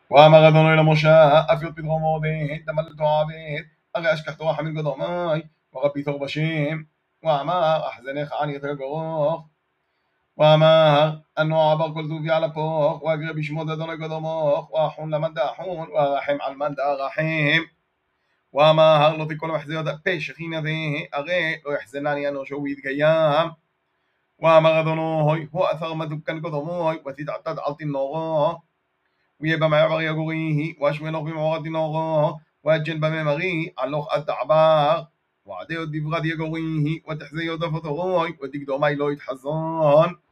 ואמר אדוני למשה, אפיות פתרום עובד, תמלתו עבד, הרי אשכחתו רחמים קדומי, ורבי תור בשם, ואמר, אחזנך עני את הגרוך, ואמר, אנו עבר כל טובי על הפוך, ואגרה בשמות אדוני קדומוך, ואחון למן דאחון, ורחם על מן דרחם. ואמר, לא תכל מחזיות הפה שכינתי, הרי לא יחזנני אנושו ויתקיים. ואמר אדוני, הוא אתר מדוקן קדומוי, ותתעתד על תנורו, ויהיה במעבר יגורי, ואשמנוך במעברת תנורו, ואג'ן בממרי, הלוך עד תעבר, ועדי עוד דברת יגורי, ותחזי עוד דפתורוי, ותקדומי לא יתחזון.